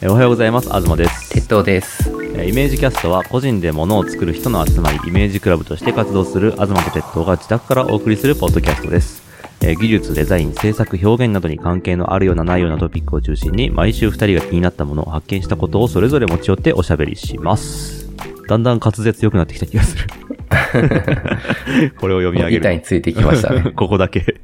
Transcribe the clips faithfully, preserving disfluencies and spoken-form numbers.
おはようございます。東です。 鉄道です。 イメージキャストは個人で物を作る人の集まり、イメージクラブとして活動する東と鉄道が自宅からお送りするポッドキャストです。技術、デザイン、制作、表現などに関係のあるようなないようなトピックを中心に毎週ふたりが気になったものを発見したことをそれぞれ持ち寄っておしゃべりします。だんだん滑舌良くなってきた気がする。これを読み上げる。 板についてきましたね。 ここだけ。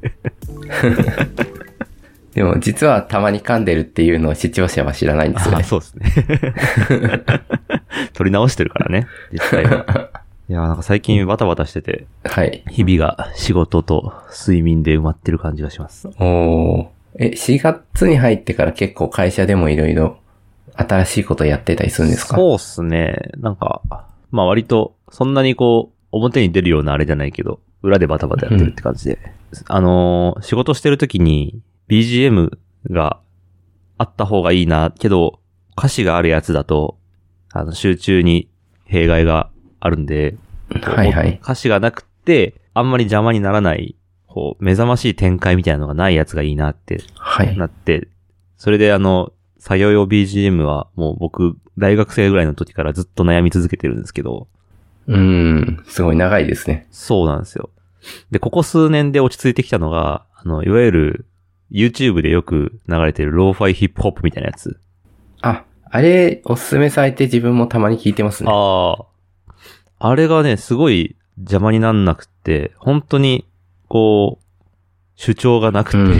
でも実はたまに噛んでるっていうのを視聴者は知らないんですよね。 あ、そうですね。取り直してるからね、実際は。いやーなんか最近バタバタしてて、 はい。 日々が仕事と睡眠で埋まってる感じがします。 おー。え、しがつに入ってから結構会社でもいろいろ新しいことやってたりするんですか？ そうっすね。なんか、まあ割とそんなにこう表に出るようなあれじゃないけど、裏でバタバタやってるって感じで。うん、あのー、仕事してる時に ビージーエム があった方がいいな、けど歌詞があるやつだと、あの集中に弊害があるんで、 はいはい。 歌詞がなくて、あんまり邪魔にならない、こう、目覚ましい展開みたいなのがないやつがいいなって、なって、はい、それであの、作業用 ビージーエム はもう僕、大学生ぐらいの時からずっと悩み続けてるんですけど。 うーん、すごい長いですね。 そうなんですよ。で、ここ数年で落ち着いてきたのが、あの、いわゆる、YouTube でよく流れてるローファイヒップホップみたいなやつ。 あ、あれ、おすすめされて自分もたまに聞いてますね。 ああ。あれがね、すごい邪魔になんなくて、本当に、こう、主張がなくて、うん、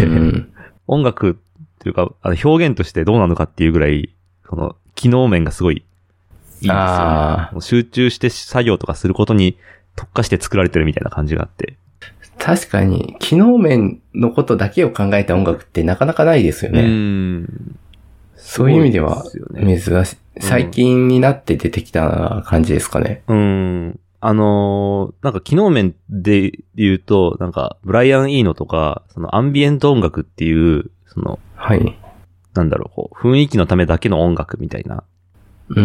音楽っていうか、あの表現としてどうなのかっていうぐらい、その、機能面がすごいいいですよね。あ集中して作業とかすることに特化して作られてるみたいな感じがあって。 確かに、機能面のことだけを考えた音楽ってなかなかないですよね。うん。そういう意味では、珍しい。最近になって出てきた感じですかね。 うん。あのー、なんか機能面で言うと、なんか、ブライアン・イーノとか、そのアンビエント音楽っていう、その、 はい。 なんだろう、こう、雰囲気のためだけの音楽みたいな、 うん。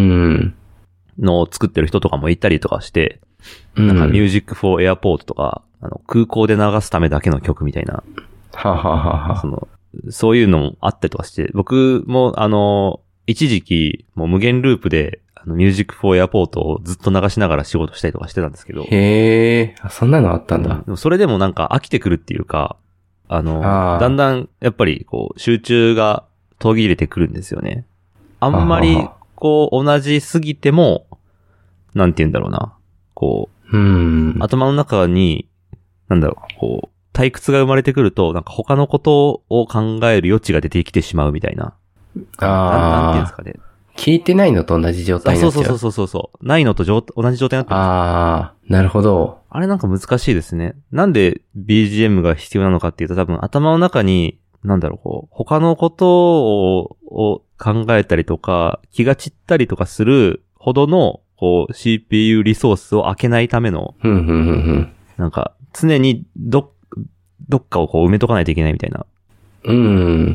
のを作ってる人とかもいたりとかして、うん、なんか、ミュージック・フォー・エアポートとか、あの、空港で流すためだけの曲みたいな。 はははは。 その、そういうのもあったりとかして、僕も、あの、一時期、もう無限ループで、あの、ミュージックフォーエアポートをずっと流しながら仕事したりとかしてたんですけど。 へー、そんなのあったんだ。 うん、でもそれでもなんか飽きてくるっていうか、あの、あだんだん、やっぱり、こう、集中が途切れてくるんですよね。あんまり、こう、同じすぎても、なんて言うんだろうな。こう、 うん、 頭の中に、なんだろう、こう、退屈が生まれてくると、なんか他のことを考える余地が出てきてしまうみたいな。 ああ。 なんていうんですかね。 聞いてないのと同じ状態になっちゃう。 そうそうそうそうそう。ないのと同じ状態になってる。 ああ、なるほど。 あれなんか難しいですね。なんで ビージーエム が必要なのかっていうと多分頭の中に、なんだろう、こう、他のことを、を考えたりとか、気が散ったりとかするほどの、こう、シーピーユー リソースを開けないための、 ふんふんふんふん。 なんか、常にど、どっかをこう埋めとかないといけないみたいな。 うん。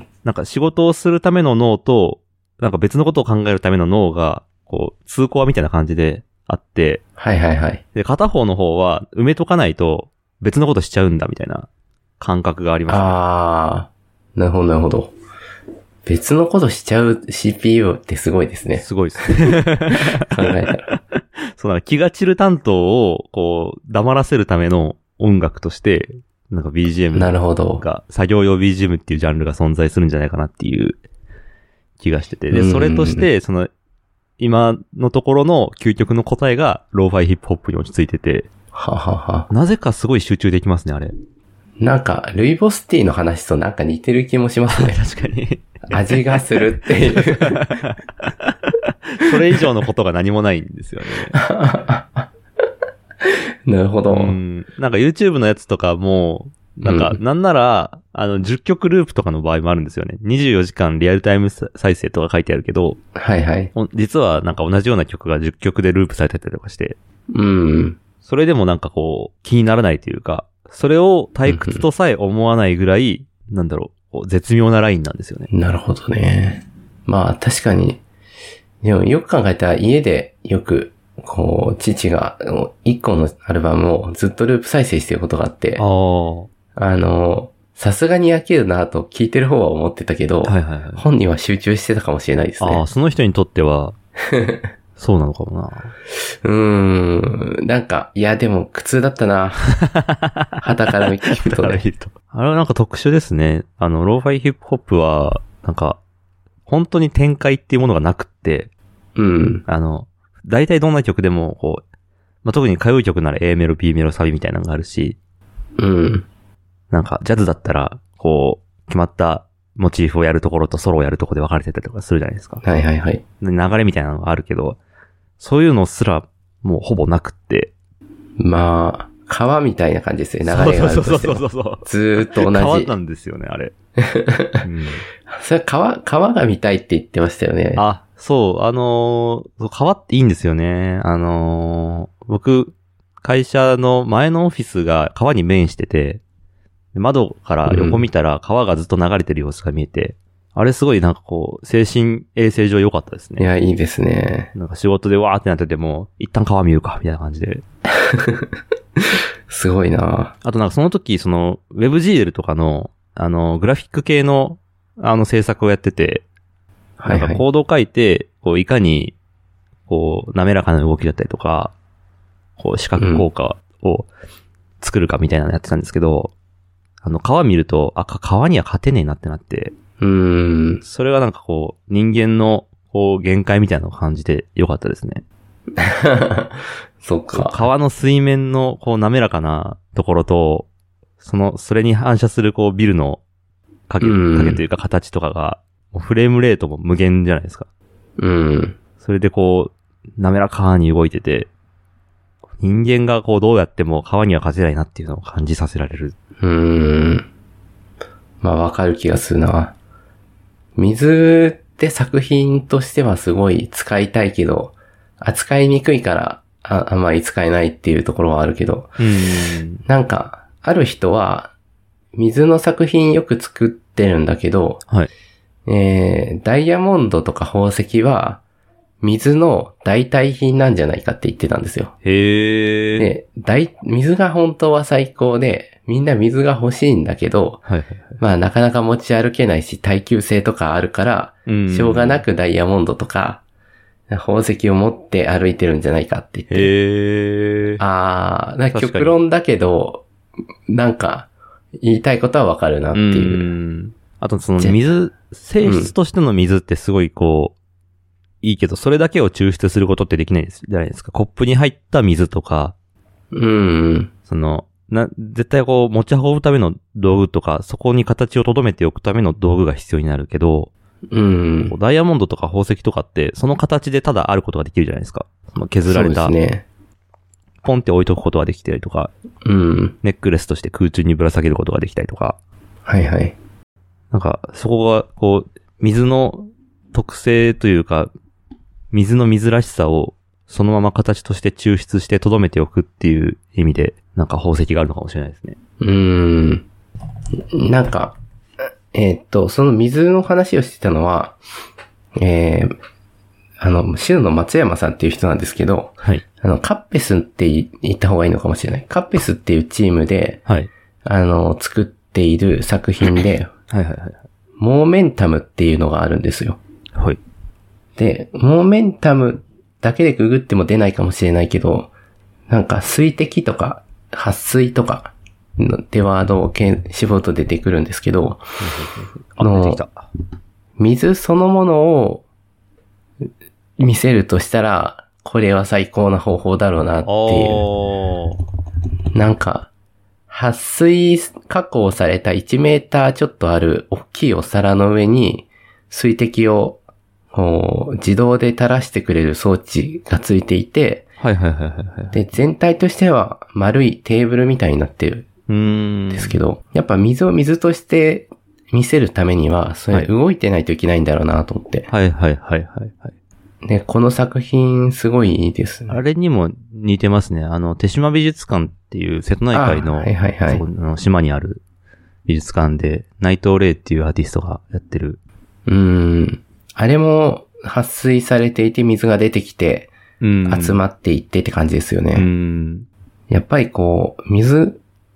なんか仕事をするための脳と、なんか別のことを考えるための脳が、こう、通行みたいな感じであって、 はいはいはい。 で、片方の方は埋めとかないと別のことしちゃうんだみたいな感覚がありますね。 ああ、なるほどなるほど。別のことしちゃう シーピーユー ってすごいですね。 すごいですね。考えたら。 そうなんか気が散る担当を、こう、黙らせるための音楽として、なんか ビージーエム が、 なるほど。 作業用 ビージーエム っていうジャンルが存在するんじゃないかなっていう気がしてて。で、それとして、その、今のところの究極の答えが、ローファイヒップホップに落ち着いてて。 ははは。 なぜかすごい集中できますね、あれ。 なんか、ルイボスティーの話となんか似てる気もしますね。 確かに。 味がするっていう。 それ以上のことが何もないんですよね。 なるほど。 うん。なんか YouTube のやつとかも、なんか、なんなら、うん、あの、じゅっきょくループとかの場合もあるんですよね。にじゅうよじかんリアルタイム再生とか書いてあるけど、 はいはい。 実はなんか同じような曲がじゅっきょくでループされてたりとかして、 うん。 それでもなんかこう、気にならないというか、それを退屈とさえ思わないぐらい、うん、なんだろう、こう絶妙なラインなんですよね。 なるほどね。まあ確かに、でもよく考えたら家でよく、こう、父が一個のアルバムをずっとループ再生してることがあって、 ああの、 さすがに飽きるなと聞いてる方は思ってたけど、 はいはいはい、 本人は集中してたかもしれないですね。 ああ、その人にとっては、そうなのかもな。 うーん、なんか、いやでも苦痛だったな。旗から見て聞くとね。 あれはなんか特殊ですね。あの、ローファイヒップホップは、なんか、本当に展開っていうものがなくって、 うん。 あの、大体どんな曲でも、こう、まあ、特に歌謡曲なら A メロ、B メロ、サビみたいなのがあるし、 うん。 なんか、ジャズだったら、こう、決まったモチーフをやるところとソロをやるところで分かれてたりとかするじゃないですか。 はいはいはい。 流れみたいなのがあるけど、そういうのすら、もうほぼなくって。 まあ、川みたいな感じですね、流れがあるとしても。そうそうそうそう。ずーっと同じ。 川なんですよね、あれ。うん、 それ川、川が見たいって言ってましたよね。 あ、そう、あのー、川っていいんですよね。あのー、僕、会社の前のオフィスが川に面してて、窓から横見たら川がずっと流れてる様子が見えて、うん、あれすごいなんかこう、精神衛生上良かったですね。 いや、いいですね。 なんか仕事でわーってなってても、一旦川見るか、みたいな感じで。 すごいな。 あとなんかその時、その、ウェブジーエル とかの、あの、グラフィック系の、あの制作をやってて、なんかコードを書いて、こう、いかに、こう、滑らかな動きだったりとか、こう、視覚効果を作るかみたいなのやってたんですけど、うん、あの、川見ると、あ、川には勝てねえなってなって、 うーん。 それがなんかこう、人間の、こう、限界みたいなのを感じてよかったですね。 そっか。 川の水面の、こう、滑らかなところと、その、それに反射する、こう、ビルの影、影というか形とかが、フレームレートも無限じゃないですか。 うん。 それでこう、滑らかに動いてて、人間がこうどうやっても川には勝てないなっていうのを感じさせられる。 うーん。まあわかる気がするな。水って作品としてはすごい使いたいけど、扱いにくいからあ, あんまり使えないっていうところはあるけど、 うーんなんか、ある人は、水の作品よく作ってるんだけど、 はい。 えー、ダイヤモンドとか宝石は、水の代替品なんじゃないかって言ってたんですよ。 へー。 で、大、水が本当は最高で、みんな水が欲しいんだけど、 はいはいはい、 まあなかなか持ち歩けないし耐久性とかあるから、しょうがなくダイヤモンドとか、宝石を持って歩いてるんじゃないかって言って。 へー。 あー、なんか極論だけど、なんか、言いたいことはわかるなっていう。 うんあとその水、性質としての水ってすごいこう、うん、いいけど、それだけを抽出することってできないじゃないですか。コップに入った水とか、 うん。 その、な、絶対こう持ち運ぶための道具とか、そこに形を留めておくための道具が必要になるけど、 うん。 ダイヤモンドとか宝石とかって、その形でただあることができるじゃないですか。その削られた。 そうですね。 ポンって置いとくことができたりとか、 うん。 ネックレスとして空中にぶら下げることができたりとか。 はいはい。 なんか、そこが、こう、水の特性というか、水の水らしさをそのまま形として抽出して留めておくっていう意味で、なんか宝石があるのかもしれないですね。 うーん。なんか、えー、っと、その水の話をしてたのは、えー、あの、シュの松山さんっていう人なんですけど、 はい。 あの、カッペスって言った方がいいのかもしれない。カッペスっていうチームで、 はい。 あの、作っている作品で、 はいはいはい。 モーメンタムっていうのがあるんですよ。 はい。 で、モーメンタムだけでググっても出ないかもしれないけど、なんか水滴とか、撥水とか、ってワードを絞ると出てくるんですけど、 あの、出てきた。 水そのものを見せるとしたら、これは最高な方法だろうなっていう。なんか、撥水加工されたいちメーターちょっとある大きいお皿の上に水滴を自動で垂らしてくれる装置がついていて、 はいはいはいはい。 で、全体としては丸いテーブルみたいになってるんですけど、やっぱ水を水として見せるためには、それ動いてないといけないんだろうなと思って。 はいはいはいはいはい。 で、この作品すごいいいですね。 あれにも似てますね。あの、手島美術館っていう瀬戸内海の、 はいはいはい、 その島にある美術館で、内藤玲っていうアーティストがやってる。 うーん。あれも撥水されていて水が出てきて、集まっていってって感じですよね。 うん。 やっぱりこう、水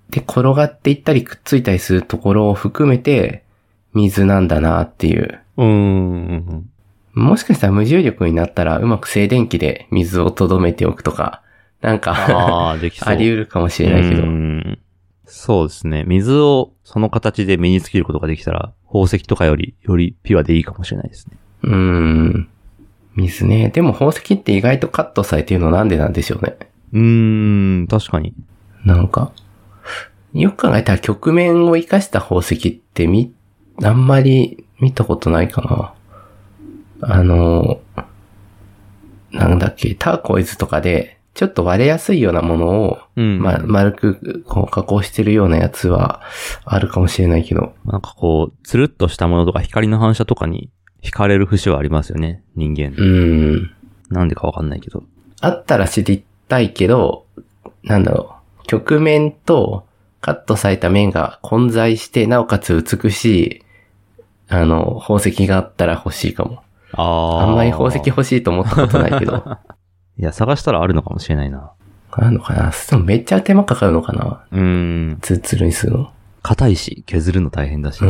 で転がっていったりくっついたりするところを含めて水なんだなっていう。 うーん。 もしかしたら無重力になったらうまく静電気で水を留めておくとか、なんかあ, できそうあり得るかもしれないけど。 うーんそうですね。水をその形で身につけることができたら、宝石とかよりよりピュアでいいかもしれないですね。 うーん。水ね。でも宝石って意外とカットされてるのなんでなんでしょうね。 うーん、確かに。 なんか、よく考えたら曲面を生かした宝石ってみ、あんまり見たことないかな。あの、なんだっけ、ターコイズとかで、ちょっと割れやすいようなものを、うんま、丸くこう加工してるようなやつはあるかもしれないけど。 なんかこう、つるっとしたものとか光の反射とかに惹かれる節はありますよね、人間。 うん。 なんでかわかんないけど。 あったら知りたいけど、なんだろう、曲面とカットされた面が混在して、なおかつ美しい、あの、宝石があったら欲しいかも。 ああ。 あんまり宝石欲しいと思ったことないけど。 いや、探したらあるのかもしれないな。 あるのかな？でもめっちゃ手間かかるのかな？ うーん。 ツルツルにするの。 硬いし、削るの大変だし。 うん。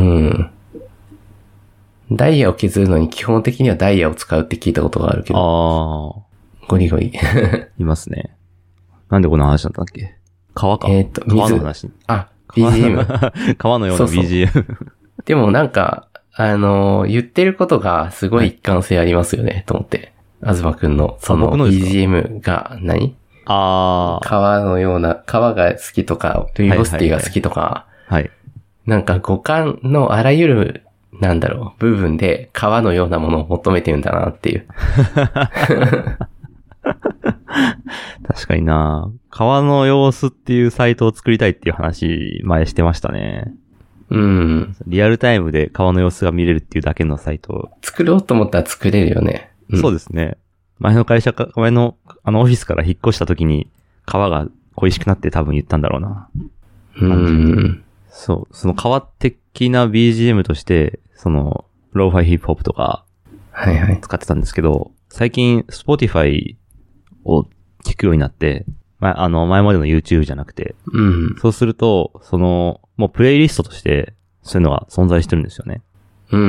ダイヤを削るのに基本的にはダイヤを使うって聞いたことがあるけど。 ああ。 ゴリゴリ。 いますね。なんでこの話だったっけ？川か。 えっと、 川の話。 あ、ビージーエム。 川のような ビージーエム。そうそうでもなんか、あのー、言ってることがすごい一貫性ありますよね、はい、と思って。東くんの、その ビージーエム が何？ ああ。 川のような、川が好きとか、ルイボスティーが好きとか、はいはいはい。 なんか五感のあらゆる、なんだろう、部分で川のようなものを求めてるんだなっていう。 確かにな。川の様子っていうサイトを作りたいっていう話、前してましたね。 うん。 リアルタイムで川の様子が見れるっていうだけのサイト。 作ろうと思ったら作れるよね。 うん、そうですね。前の会社か、前のあのオフィスから引っ越した時に川が恋しくなって多分言ったんだろうな。 うん。 そう。その川的な ビージーエム として、その、ローファイヒップホップとか、 はいはい。 使ってたんですけど、はいはい、最近、Spotify を聞くようになって、ま、あの、前までの YouTube じゃなくて、 うん。 そうすると、その、もうプレイリストとして、そういうのが存在してるんですよね。 うん。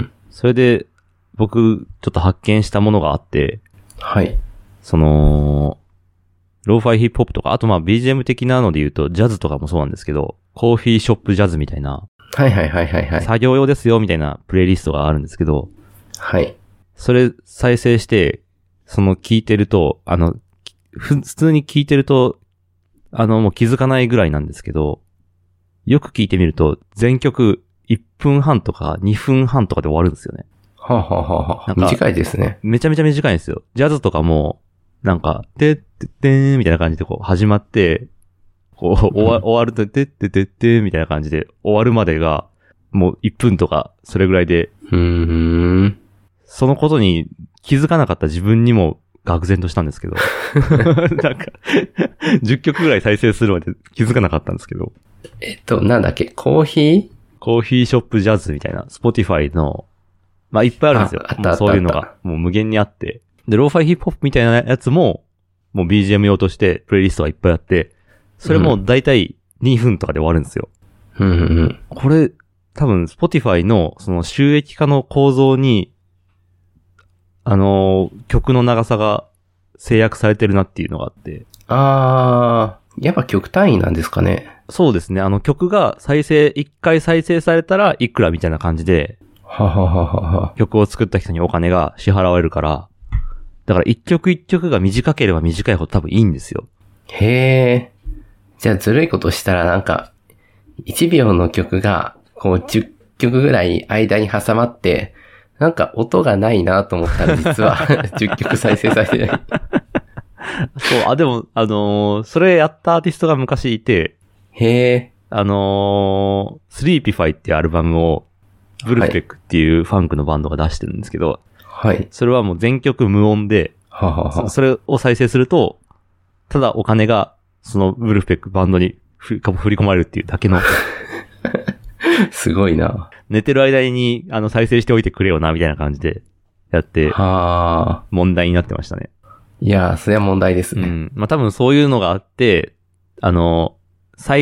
それで、僕、ちょっと発見したものがあって、 はい。 その、ローファイヒップホップとか、あとまあ ビージーエム 的なので言うと、ジャズとかもそうなんですけど、コーヒーショップジャズみたいな、 はいはいはいはいはい。 作業用ですよみたいなプレイリストがあるんですけど、 はい。 それ再生して、その聞いてると、あの、普通に聞いてると、あのもう気づかないぐらいなんですけど、よく聞いてみると、全曲いっぷんはんとかにふんはんとかで終わるんですよね。 はあ、はあははあ、短いですね。 めちゃめちゃ短いんですよ。ジャズとかも、なんか、てってってーみたいな感じでこう始まって、こう終わ、終わるとてってってってみたいな感じで終わるまでが、もういっぷんとかそれぐらいで、 うーん。 そのことに気づかなかった自分にも愕然としたんですけど。なんか、じゅっきょくぐらい再生するまで気づかなかったんですけど。 えっと、なんだっけ、コーヒーコーヒーショップジャズみたいな、Spotify の、まあ、いっぱいあるんですよ。 あ、あったあった。 そういうのが、もう無限にあって。で、ローファイヒップホップみたいなやつも、もう ビージーエム 用としてプレイリストがいっぱいあって、それもだいたいにふんとかで終わるんですよ。 うんうんうん、 これ、多分、Spotify のその収益化の構造に、あのー、曲の長さが制約されてるなっていうのがあって。 あー、やっぱ曲単位なんですかね。 そうですね。あの曲が再生、一回再生されたらいくらみたいな感じで、 はははは曲を作った人にお金が支払われるから、だから一曲一曲が短ければ短いほど多分いいんですよ。 へー。じゃあずるいことしたらなんか、いちびょうの曲が、こうじゅっきょくぐらい間に挟まって、なんか音がないなと思ったら実はじゅっきょく再生されてない。そう、 あ、でも、あのー、それやったアーティストが昔いて、 へー。 あのー、スリーピファイっていうアルバムを、ブルフペックっていうファンクのバンドが出してるんですけど、 はい。 それはもう全曲無音で、 はははそ, それを再生すると、ただお金が、そのブルフペックバンドに振り込まれるっていうだけの。 すごいな。 寝てる間に、あの、再生しておいてくれよな、みたいな感じで、やって、 はー。 問題になってましたね。 いやー、それは問題ですね。 うん。まあ、多分そういうのがあって、あの、最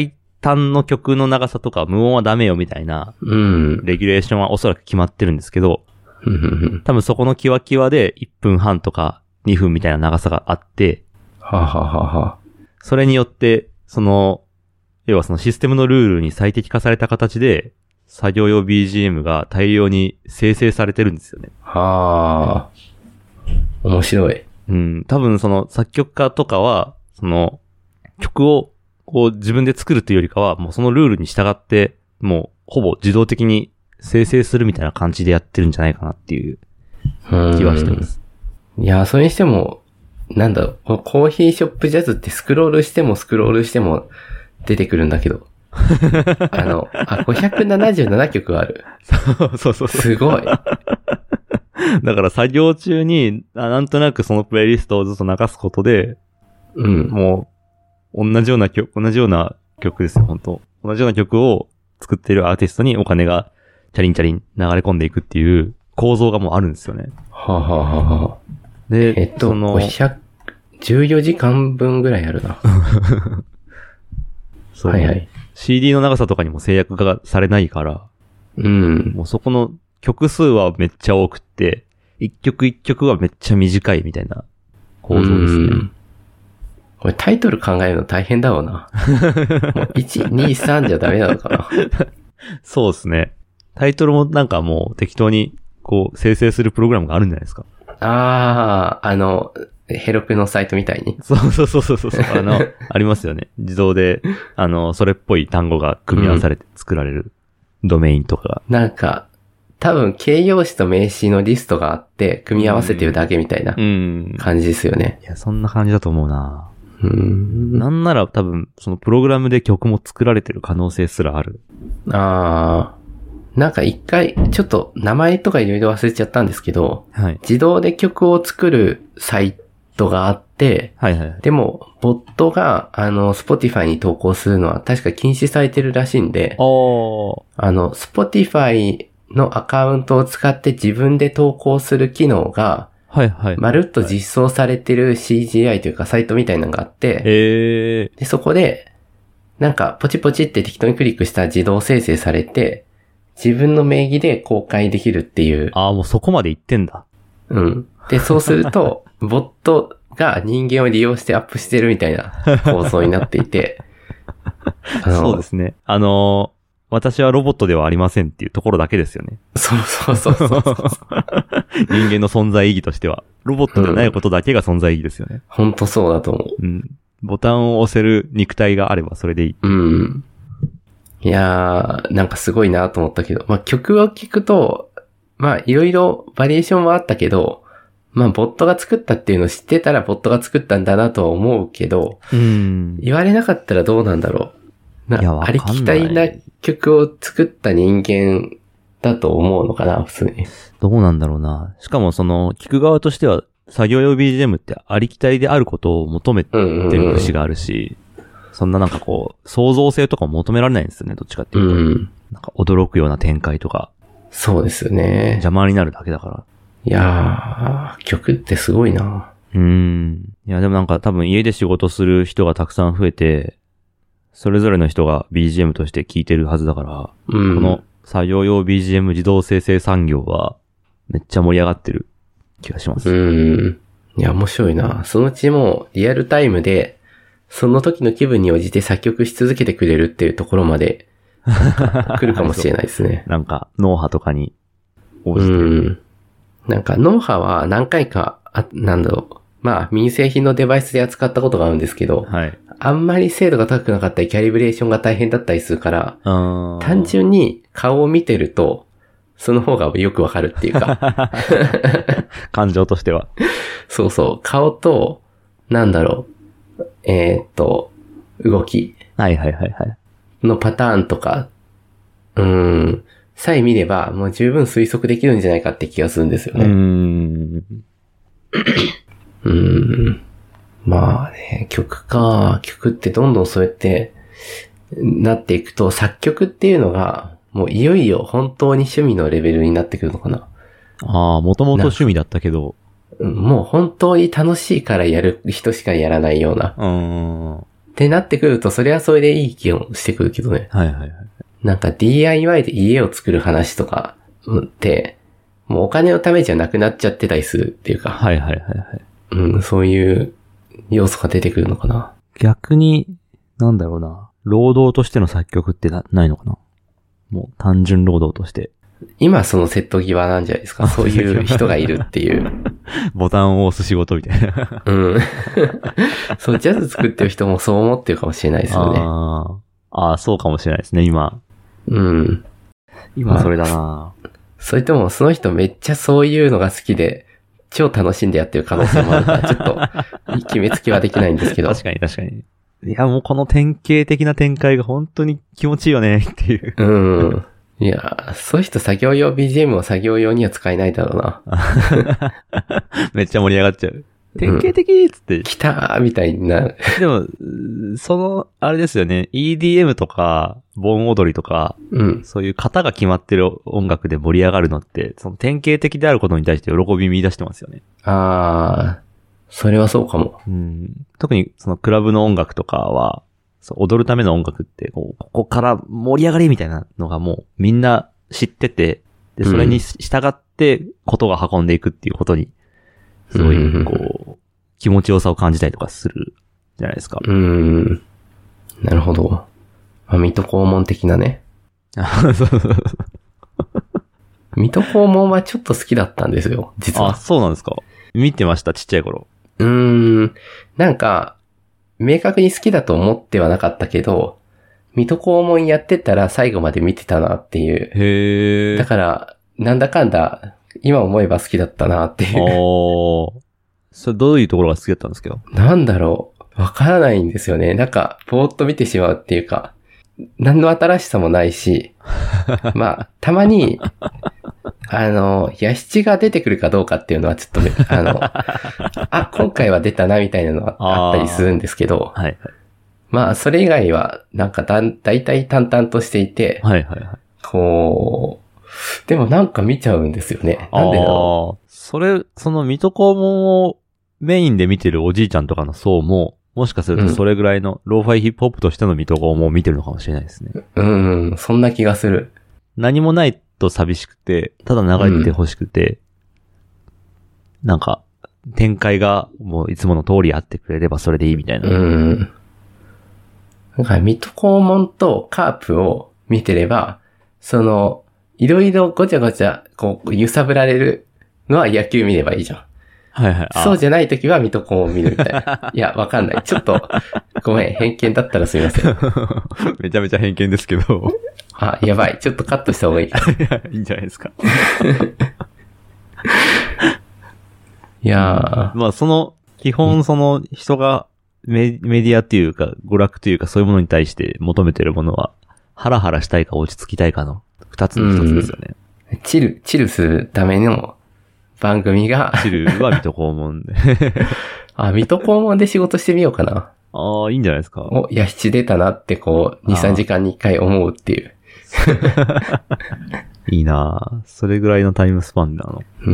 端の曲の長さとか無音はダメよみたいな、 うん。 レギュレーションはおそらく決まってるんですけど、 ふんふんふん。 多分そこのキワキワでいっぷんはんとかにふんみたいな長さがあって、 はあ、はあははあ、 それによって、その、要はそのシステムのルールに最適化された形で、作業用 ビージーエム が大量に生成されてるんですよね。 はあ。面白い。 うん、多分その作曲家とかは、その曲をこう自分で作るというよりかは、もうそのルールに従って、もうほぼ自動的に生成するみたいな感じでやってるんじゃないかなっていう気はしてます。 いや、それにしても、なんだろう、コーヒーショップジャズってスクロールしてもスクロールしても出てくるんだけど。あの、あ、ごひゃくななじゅうななきょくある。 そうそうそう。 すごい。 だから作業中に、なんとなくそのプレイリストをずっと流すことで、 うん。 もう、同じような曲、同じような曲ですよ、本当同じような曲を作っているアーティストにお金がチャリンチャリン流れ込んでいくっていう構造がもうあるんですよね。 はあ、はあはあ、 で、 えっと、 そのごひゃくじゅうよじかんぶんぐらいあるな。 そう、 はいはい。 シーディー の長さとかにも制約がされないから、 うん。 もうそこの曲数はめっちゃ多くって、一曲一曲はめっちゃ短いみたいな構造ですね。 これタイトル考えるの大変だろうな。もういち、に、さんじゃダメなのかな。 そうですね。タイトルもなんかもう適当にこう生成するプログラムがあるんじゃないですか。 ああ、あの、ヘロクのサイトみたいに。 そうそうそうそうそう。あの、ありますよね。自動で、あの、それっぽい単語が組み合わされて作られるドメインとかが。 うん、なんか、多分形容詞と名詞のリストがあって、組み合わせてるだけみたいな感じですよね。 いや、そんな感じだと思うな。 うん、 なんなら多分、そのプログラムで曲も作られてる可能性すらある。 ああ。なんか一回、ちょっと名前とかいろいろ忘れちゃったんですけど、 はい、 自動で曲を作るサイトがあって、 はいはい、 でも、ボットが、あの、Spotify に投稿するのは確か禁止されてるらしいんで、あの、Spotify のアカウントを使って自分で投稿する機能が、 はいはい。 まるっと実装されてる シージーアイ というかサイトみたいなのがあって、 えー、 でそこで、なんかポチポチって適当にクリックしたら自動生成されて、自分の名義で公開できるっていう。 ああ、もうそこまで行ってんだ。 うん。で、そうすると、ボットが人間を利用してアップしてるみたいな構造になっていて。 そうですね。あのー、私はロボットではありませんっていうところだけですよね。 そうそうそうそうそう人間の存在意義としては。ロボットでないことだけが存在意義ですよね。 ほんとそうだと思う。 うん。ボタンを押せる肉体があればそれでいい。 うん。いやー、なんかすごいなと思ったけど、まあ曲を聴くと、まあいろいろバリエーションはあったけど、まあボットが作ったっていうのを知ってたらボットが作ったんだなとは思うけど、 うん、 言われなかったらどうなんだろう。なありきたりな曲を作った人間だと思うのかな、普通に。 どうなんだろうな。しかもその、聞く側としては、作業用 ビージーエム ってありきたりであることを求めてる節があるし、うんうんうん、そんななんかこう、創造性とかも求められないんですよね、どっちかっていうと。うん、なんか驚くような展開とか。 そうですよね。 邪魔になるだけだから。 いやー、曲ってすごいな。 うーん。いや、でもなんか多分家で仕事する人がたくさん増えて、それぞれの人が ビージーエム として聴いてるはずだから、うん、この作業用 ビージーエム 自動生成産業はめっちゃ盛り上がってる気がします。 うん。いや、面白いな。そのうちもリアルタイムで、その時の気分に応じて作曲し続けてくれるっていうところまで来るかもしれないですね。 なんか脳波とかに応じて。 うん。なんか脳波は何回か、あ、なんだろう。まあ、民生品のデバイスで扱ったことがあるんですけど、 はい、 あんまり精度が高くなかったり、キャリブレーションが大変だったりするから、単純に顔を見てると、その方がよくわかるっていうか。 感情としては。 そうそう。顔と、なんだろう。えー、っと、動き。 はいはいはいはい。 のパターンとか、うーん、さえ見れば、もう十分推測できるんじゃないかって気がするんですよね。 うーん。 うーん。まあね、曲か。曲ってどんどんそうやってなっていくと、作曲っていうのが、もういよいよ本当に趣味のレベルになってくるのかな。 ああ、もともと趣味だったけど。 もう本当に楽しいからやる人しかやらないような。 うーん。 ってなってくると、それはそれでいい気をしてくるけどね。 はいはいはい。 なんか ディーアイワイ で家を作る話とかって、もうお金のためじゃなくなっちゃってたりするっていうか。 はいはいはいはい。 うん、そういう要素が出てくるのかな。 逆に、なんだろうな。労働としての作曲ってな、ないのかな。もう単純労働として。 今そのセット際なんじゃないですか。そういう人がいるっていう。 ボタンを押す仕事みたいな。 うん。そう、ジャズ作ってる人もそう思ってるかもしれないですよね。 ああ、そうかもしれないですね、今。 うん。 今それだな、まあ、 それともその人めっちゃそういうのが好きで、超楽しんでやってる可能性もあるから、ちょっと決めつけはできないんですけど。 確かに確かに。いや、もうこの典型的な展開が本当に気持ちいいよねっていう。 うん。いや、そういう人作業用 ビージーエム を作業用には使えないだろうな。 めっちゃ盛り上がっちゃう。典型的っつって。 うん、来たーみたいになる。 でも、その、あれですよね。イーディーエム とか、盆踊りとか、 うん、 そういう型が決まってる音楽で盛り上がるのって、その典型的であることに対して喜び見出してますよね。 あー、それはそうかも。 うん、特にそのクラブの音楽とかは、そう踊るための音楽ってこう、ここから盛り上がりみたいなのがもうみんな知ってて、で、それに従ってことが運んでいくっていうことに、すごい、こう、気持ちよさを感じたりとかするじゃないですか。 うーん。なるほど。まあ、水戸黄門的なね。水戸黄門はちょっと好きだったんですよ、実は。 あ、そうなんですか。見てました、ちっちゃい頃。 うーん。なんか、明確に好きだと思ってはなかったけど、水戸黄門やってたら最後まで見てたなっていう。 へー。 だから、なんだかんだ、今思えば好きだったなっていう。 おー。それどういうところが好きだったんですか？ なんだろう。わからないんですよね。なんか、ぼーっと見てしまうっていうか、何の新しさもないし、まあ、たまに、あの、ヤシチが出てくるかどうかっていうのはちょっと、あの、あ、今回は出たなみたいなのはあったりするんですけど、 はいはい。 まあ、それ以外は、なんかだ、だいたい淡々としていて、 はいはいはい。 こう、でもなんか見ちゃうんですよね。なんでだろう。 それ、その水戸黄門をメインで見てるおじいちゃんとかの層も、もしかするとそれぐらいのローファイヒップホップとしての水戸黄門を見てるのかもしれないですね。 うん、うん、そんな気がする。 何もないと寂しくて、ただ流れて欲しくて、うん、なんか、展開がもういつもの通りあってくれればそれでいいみたいな。 うん。なんか、水戸黄門とカープを見てれば、その、いろいろごちゃごちゃ、こう、揺さぶられるのは野球見ればいいじゃん。 はいはい。 そうじゃないときは水戸黄門見るみたいな。いや、わかんない。ちょっと、ごめん、偏見だったらすみません。 めちゃめちゃ偏見ですけど。 あ、やばい。ちょっとカットした方がいい。いや、いいんじゃないですか。 いやー。まあ、その、基本その人がメ、メディアっていうか、娯楽というか、そういうものに対して求めてるものは、ハラハラしたいか落ち着きたいかの二つの一つですよね。 うん、チル、チルするための番組が。 チルは水戸黄門で。 あ、水戸黄門で仕事してみようかな。 ああ、いいんじゃないですか。 お、ヤシチ出たなってこう、に、さんじかんにいっかい思うっていう。 いいなぁ。それぐらいのタイムスパンなの。 うん。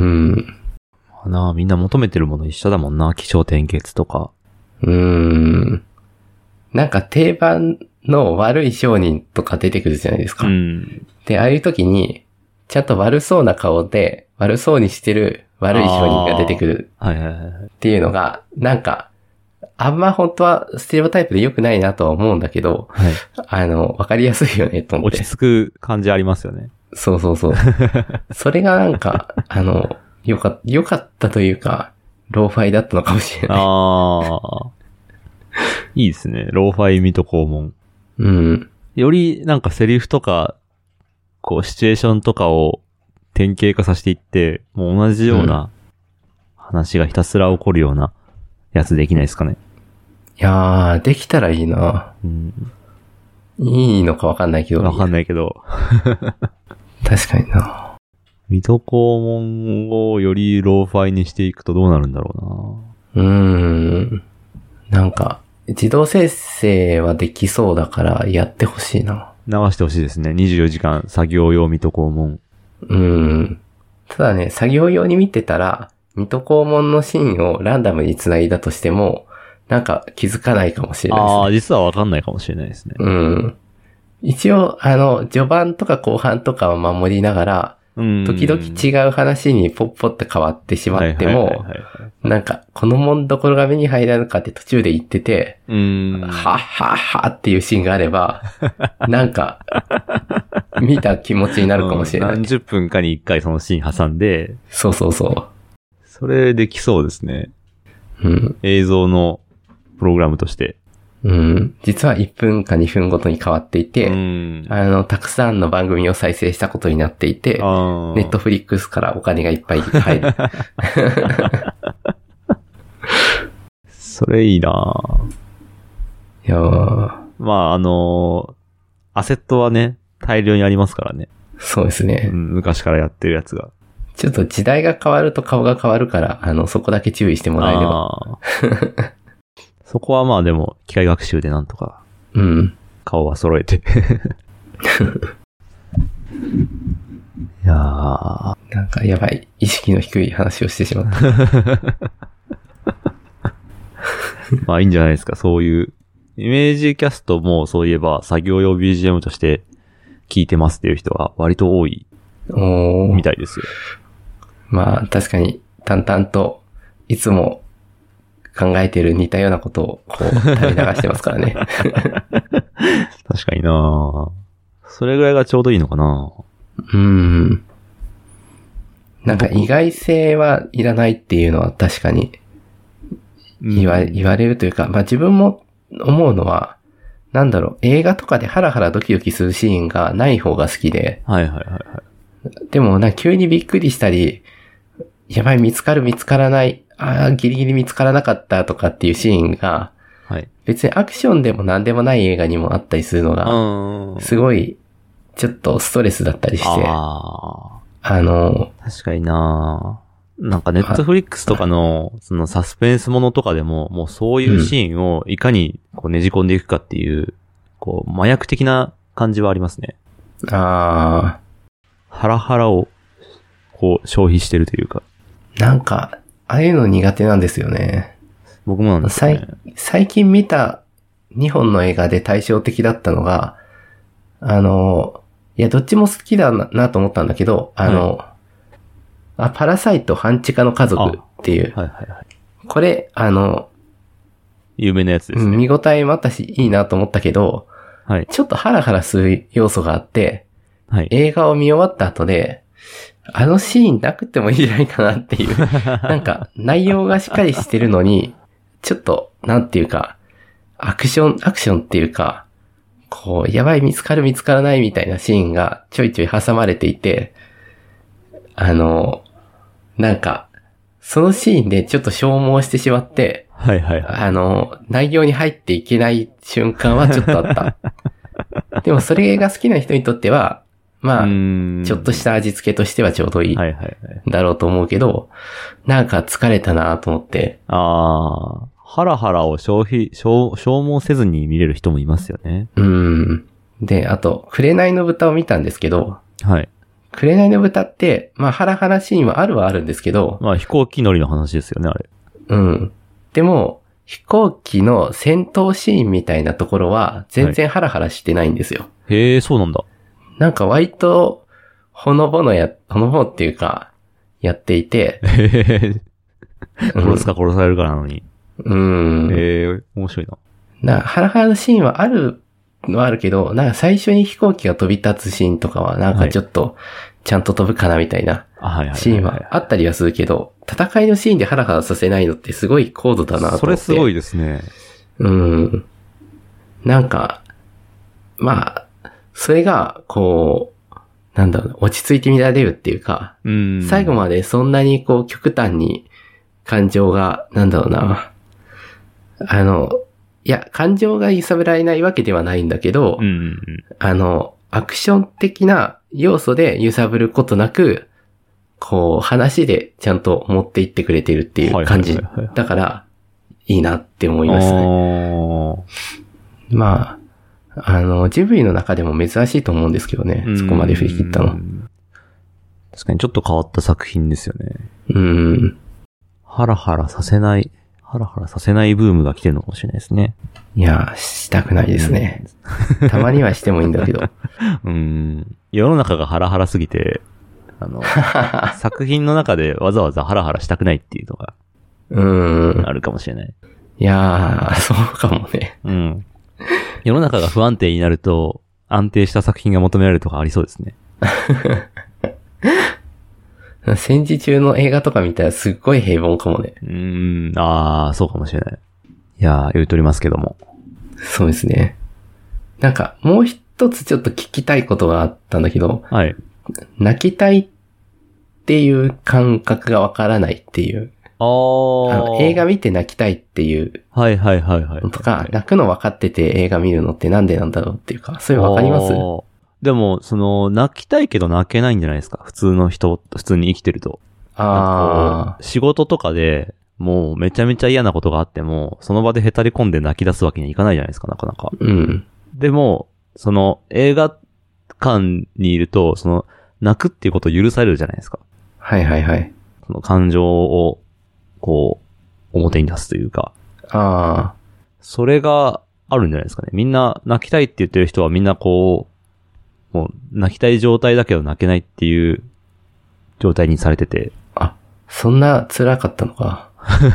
なあ、みんな求めてるもの一緒だもんな。起承転結とか。 うーん。なんか定番の悪い商人とか出てくるじゃないですか。 うん。 で、ああいう時に、ちゃんと悪そうな顔で、悪そうにしてる悪い商人が出てくる。 はいはいはい。 っていうのが、なんか、あんま本当はステレオタイプで良くないなとは思うんだけど、 はい、 あの、わかりやすいよね、と思って。 落ち着く感じありますよね。 そうそうそう。それがなんか、あの、よか、よかったというか、ローファイだったのかもしれない。 ああ。いいですね。ローファイ水戸黄門。 うん。 よりなんかセリフとか、こうシチュエーションとかを典型化させていって、もう同じような話がひたすら起こるようなやつできないですかね。 いやー、できたらいいな。 うん、 いいのかわかんないけど。 わかんないけど。 確かにな。 水戸黄門をよりローファイにしていくとどうなるんだろうな。うーん。なんか、自動生成はできそうだからやってほしいな。 流してほしいですね。にじゅうよじかん作業用水戸黄門。 うーん。ただね、作業用に見てたら、水戸黄門のシーンをランダムに繋いだとしても、 なんか気づかないかもしれないですね。 ああ、実はわかんないかもしれないですね。 うん。一応、あの、序盤とか後半とかは守りながら、時々違う話にポッポって変わってしまっても、なんか、このもんどころが目に入らぬかって途中で言ってて、 うん、 はっはっはっていうシーンがあれば、なんか、見た気持ちになるかもしれない。 うん、何十分かに一回そのシーン挟んで、 そうそうそう。 それできそうですね。 うん。 映像のプログラムとして。 うん。実はいっぷんかにふんごとに変わっていて、 うん、 あの、たくさんの番組を再生したことになっていて、ネットフリックスからお金がいっぱい入る。 それいいなぁ。 いやー。 まあ、あのー、アセットはね、大量にありますからね。 そうですね、 うん。昔からやってるやつが。 ちょっと時代が変わると顔が変わるから、あの、そこだけ注意してもらえれば。 そこはまあでも、機械学習でなんとか。 うん。 顔は揃えて。いやー。 なんかやばい。意識の低い話をしてしまった。 まあいいんじゃないですか。そういう。イメージキャストもそういえば作業用 ビージーエム として聞いてますっていう人が割と多い。みたいですよ。 まあ確かに淡々といつも考えてる似たようなことをこう垂れ流してますからね。 確かになそれぐらいがちょうどいいのかなうん。なんか意外性はいらないっていうのは確かに言わ、言われるというか、まあ自分も思うのは、なんだろう、映画とかでハラハラドキドキするシーンがない方が好きで。 はいはいはいはい。 でもな、急にびっくりしたり、やばい見つかる見つからない、ああ、ギリギリ見つからなかったとかっていうシーンが、 はい。 別にアクションでも何でもない映画にもあったりするのが、すごい、ちょっとストレスだったりして、あ, あの、 確かにななんかネットフリックスとかの、そのサスペンスものとかでも、もうそういうシーンをいかにこうねじ込んでいくかっていう、こう、麻薬的な感じはありますね。 ああ。 ハラハラを、こう、消費してるというか。 なんか、ああいうの苦手なんですよね。 僕もなんですね。 最近見たにほんの映画で対照的だったのが、あの、いや、どっちも好きだな、なと思ったんだけど、あの、はい、あ、パラサイト半地下の家族っていう。 はいはいはい。 これ、あの、 有名なやつですね。 見応えもあったし、いいなと思ったけど、 はい。 ちょっとハラハラする要素があって、 はい。 映画を見終わった後で、あのシーンなくてもいいんじゃないかなっていう。なんか、内容がしっかりしてるのに、ちょっと、なんていうか、アクション、アクションっていうか、こう、やばい見つかる見つからないみたいなシーンがちょいちょい挟まれていて、あの、なんか、そのシーンでちょっと消耗してしまって、 はいはいはい。 あの、内容に入っていけない瞬間はちょっとあった。でもそれが好きな人にとっては、まあ、ちょっとした味付けとしてはちょうどいいだろうと思うけど、なんか疲れたなと思って。 ああ、ハラハラを消費、消、消耗せずに見れる人もいますよね。 うん。で、あと、紅の豚を見たんですけど、 はい。 紅の豚って、まあハラハラシーンはあるはあるんですけど、 まあ飛行機乗りの話ですよね、あれ。 うん。でも、飛行機の戦闘シーンみたいなところは全然ハラハラしてないんですよ。 はい、へえ、そうなんだ。 なんか割と、ほのぼのや、ほのぼのっていうか、やっていて。 へへ殺すか殺されるかなのに。 うん。 へえ、面白いな。 な、ハラハラのシーンはあるのはあるけど、なんか最初に飛行機が飛び立つシーンとかは、なんかちょっと、ちゃんと飛ぶかなみたいな、シーンはあったりはするけど、戦いのシーンでハラハラさせないのってすごい高度だなと思って。 それすごいですね。 うん。なんか、まあ、それが、こう、なんだろう、落ち着いて見られるっていうか、 うん、 最後までそんなにこう極端に感情が、なんだろうな、あの、いや、感情が揺さぶられないわけではないんだけど、 うんうんうん、 あの、アクション的な要素で揺さぶることなく、こう、話でちゃんと持っていってくれてるっていう感じ。だから、いいなって思いましたね。まあ、あの、ジブリの中でも珍しいと思うんですけどね。そこまで振り切ったの。 確かにちょっと変わった作品ですよね。 うん。 ハラハラさせない。 ハラハラさせないブームが来てるのかもしれないですね。 いや、したくないですね。たまにはしてもいいんだけど。 うん。世の中がハラハラすぎて、あの、作品の中でわざわざハラハラしたくないっていうのが、 うん。 あるかもしれない。 いやー、そうかもね。 うん。世の中が不安定になると、安定した作品が求められるとかありそうですね。 戦時中の映画とか見たらすっごい平凡かもね。 うーん、あー、そうかもしれない。いやー、言うとりますけども。 そうですね。なんか、もう一つちょっと聞きたいことがあったんだけど、 はい。 泣きたいっていう感覚がわからないっていう。 あー。 あの映画見て泣きたいっていう。 はいはいはいはい。 とか、泣くの分かってて映画見るのってなんでなんだろうっていうか、そういうの分かります？ でも、その、泣きたいけど泣けないんじゃないですか。普通の人、普通に生きてると。 ああ。 仕事とかで、もうめちゃめちゃ嫌なことがあっても、その場でへたり込んで泣き出すわけにはいかないじゃないですか、なかなか。 うん。 でも、その、映画館にいると、その、泣くっていうことを許されるじゃないですか。 はいはいはい。 その感情を、こう、表に出すというか。 ああ。 それがあるんじゃないですかね。みんな泣きたいって言ってる人はみんなこう、もう泣きたい状態だけど泣けないっていう状態にされてて。 あ、そんな辛かったのか。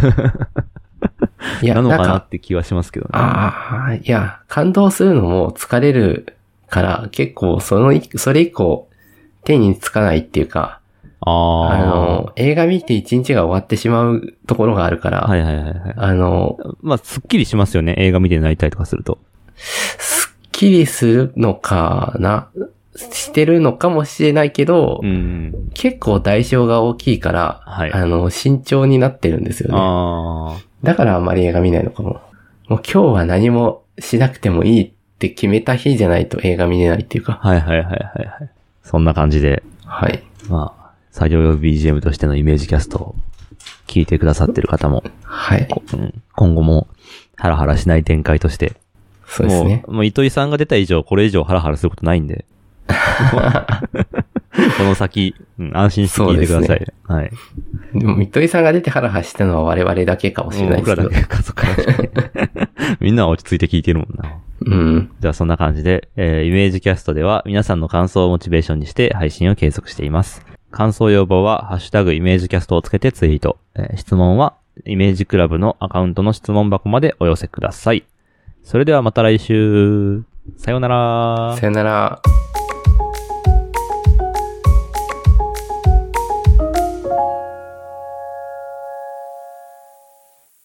いや、なのかなって気はしますけどね。 ああ、いや、感動するのも疲れるから、結構その、それ以降手につかないっていうか、 ああ。 あの、映画見て一日が終わってしまうところがあるから、 はいはいはい、はい。 あの、 まあ、すっきりしますよね。映画見て泣いたりとかすると。 すっきりするのかなしてるのかもしれないけど、 うん、 結構代償が大きいから、はい、あの、慎重になってるんですよね。 あだからあんまり映画見ないのかも。もう今日は何もしなくてもいいって決めた日じゃないと映画見れないっていうか。 はいはいはいはいはい。そんな感じで。 はい。 まあ、作業用 ビージーエム としてのイメージキャストを聞いてくださってる方も。 はい。 うん、今後もハラハラしない展開として。 そうですね。 もう、もう糸井さんが出た以上、これ以上ハラハラすることないんで。この先、うん、安心して聞いてください。ね、はい。 でも、糸井さんが出てハラハラしたのは我々だけかもしれないですけど。 僕らだけか、そっか。みんなは落ち着いて聞いてるもんな。 うん。 じゃあそんな感じで、えー、イメージキャストでは皆さんの感想をモチベーションにして配信を継続しています。感想要望は、ハッシュタグイメージキャストをつけてツイート。えー、質問は、イメージクラブのアカウントの質問箱までお寄せください。それではまた来週。さようなら。 さようなら。